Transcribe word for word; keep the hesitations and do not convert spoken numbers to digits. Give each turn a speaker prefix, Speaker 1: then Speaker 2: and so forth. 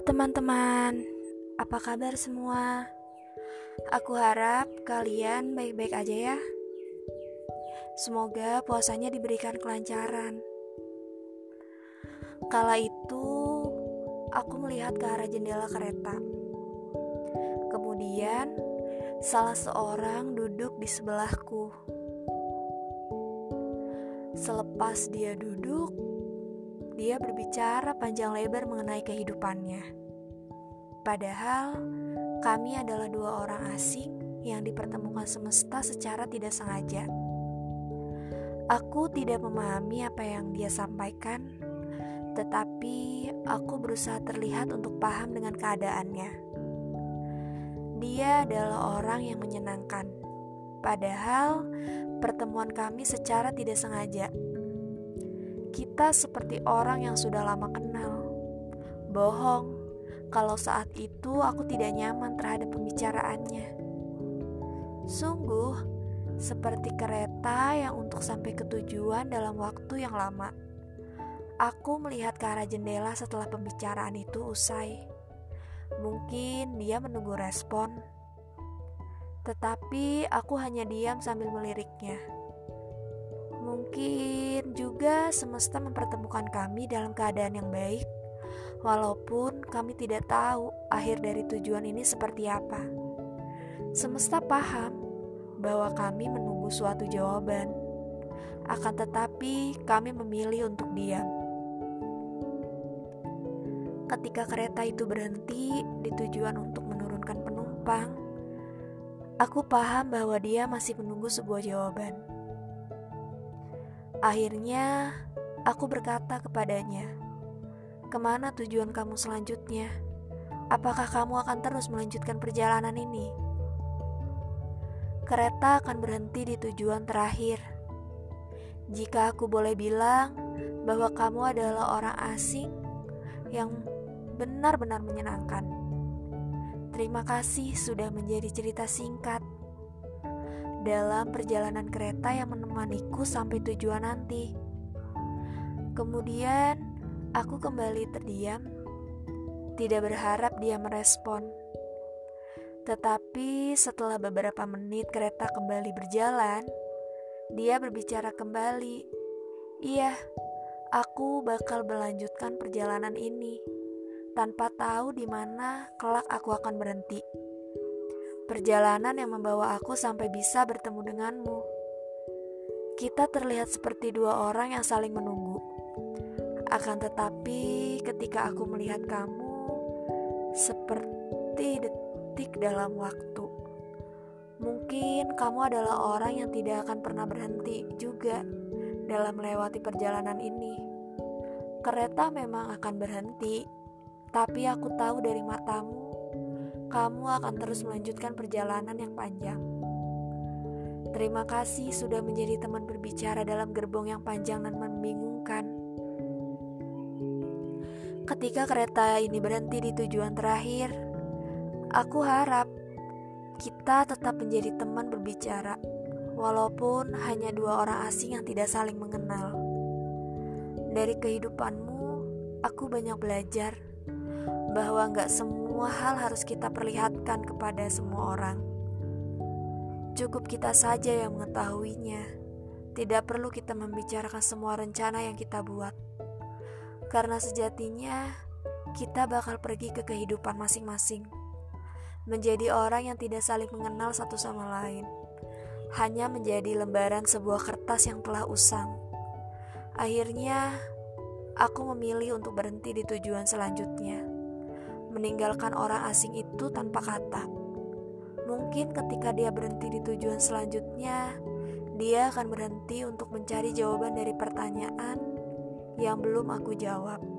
Speaker 1: teman-teman, apa kabar semua? Aku harap kalian baik-baik aja ya. Semoga puasanya diberikan kelancaran. Kala itu, aku melihat ke arah jendela kereta. Kemudian, salah seorang duduk di sebelahku. Selepas dia duduk, dia berbicara panjang lebar mengenai kehidupannya. Padahal, kami adalah dua orang asing yang dipertemukan semesta secara tidak sengaja. Aku tidak memahami apa yang dia sampaikan, tetapi aku berusaha terlihat untuk paham dengan keadaannya. Dia adalah orang yang menyenangkan, padahal pertemuan kami secara tidak sengaja. Kita seperti orang yang sudah lama kenal. Bohong kalau saat itu aku tidak nyaman terhadap pembicaraannya. Sungguh seperti kereta yang untuk sampai ke tujuan dalam waktu yang lama. Aku melihat ke arah jendela setelah pembicaraan itu usai. Mungkin dia menunggu respon, tetapi aku hanya diam sambil meliriknya. Mungkin juga semesta mempertemukan kami dalam keadaan yang baik, walaupun kami tidak tahu akhir dari tujuan ini seperti apa. Semesta paham bahwa kami menunggu suatu jawaban, akan tetapi kami memilih untuk diam. Ketika kereta itu berhenti di tujuan untuk menurunkan penumpang, aku paham bahwa dia masih menunggu sebuah jawaban. Akhirnya, aku berkata kepadanya, "Kemana tujuan kamu selanjutnya? Apakah kamu akan terus melanjutkan perjalanan ini?" Kereta akan berhenti di tujuan terakhir. Jika aku boleh bilang bahwa kamu adalah orang asing yang benar-benar menyenangkan. Terima kasih sudah menjadi cerita singkat dalam perjalanan kereta yang menemaniku sampai tujuan nanti. Kemudian aku kembali terdiam, tidak berharap dia merespon. Tetapi setelah beberapa menit kereta kembali berjalan, dia berbicara kembali. "Iya, aku bakal melanjutkan perjalanan ini tanpa tahu di mana kelak aku akan berhenti. Perjalanan yang membawa aku sampai bisa bertemu denganmu. Kita terlihat seperti dua orang yang saling menunggu. Akan tetapi ketika aku melihat kamu, seperti detik dalam waktu. Mungkin kamu adalah orang yang tidak akan pernah berhenti juga dalam melewati perjalanan ini. Kereta memang akan berhenti, tapi aku tahu dari matamu, kamu akan terus melanjutkan perjalanan yang panjang. Terima kasih sudah menjadi teman berbicara dalam gerbong yang panjang dan membingungkan." Ketika kereta ini berhenti di tujuan terakhir, aku harap kita tetap menjadi teman berbicara, walaupun hanya dua orang asing yang tidak saling mengenal. Dari kehidupanmu, aku banyak belajar bahwa gak semua hal harus kita perlihatkan kepada semua orang. Cukup kita saja yang mengetahuinya. Tidak perlu kita membicarakan semua rencana yang kita buat. Karena sejatinya, kita bakal pergi ke kehidupan masing-masing. Menjadi orang yang tidak saling mengenal satu sama lain. Hanya menjadi lembaran sebuah kertas yang telah usang. Akhirnya, aku memilih untuk berhenti di tujuan selanjutnya. Meninggalkan orang asing itu tanpa kata. Mungkin ketika dia berhenti di tujuan selanjutnya, dia akan berhenti untuk mencari jawaban dari pertanyaan yang belum aku jawab.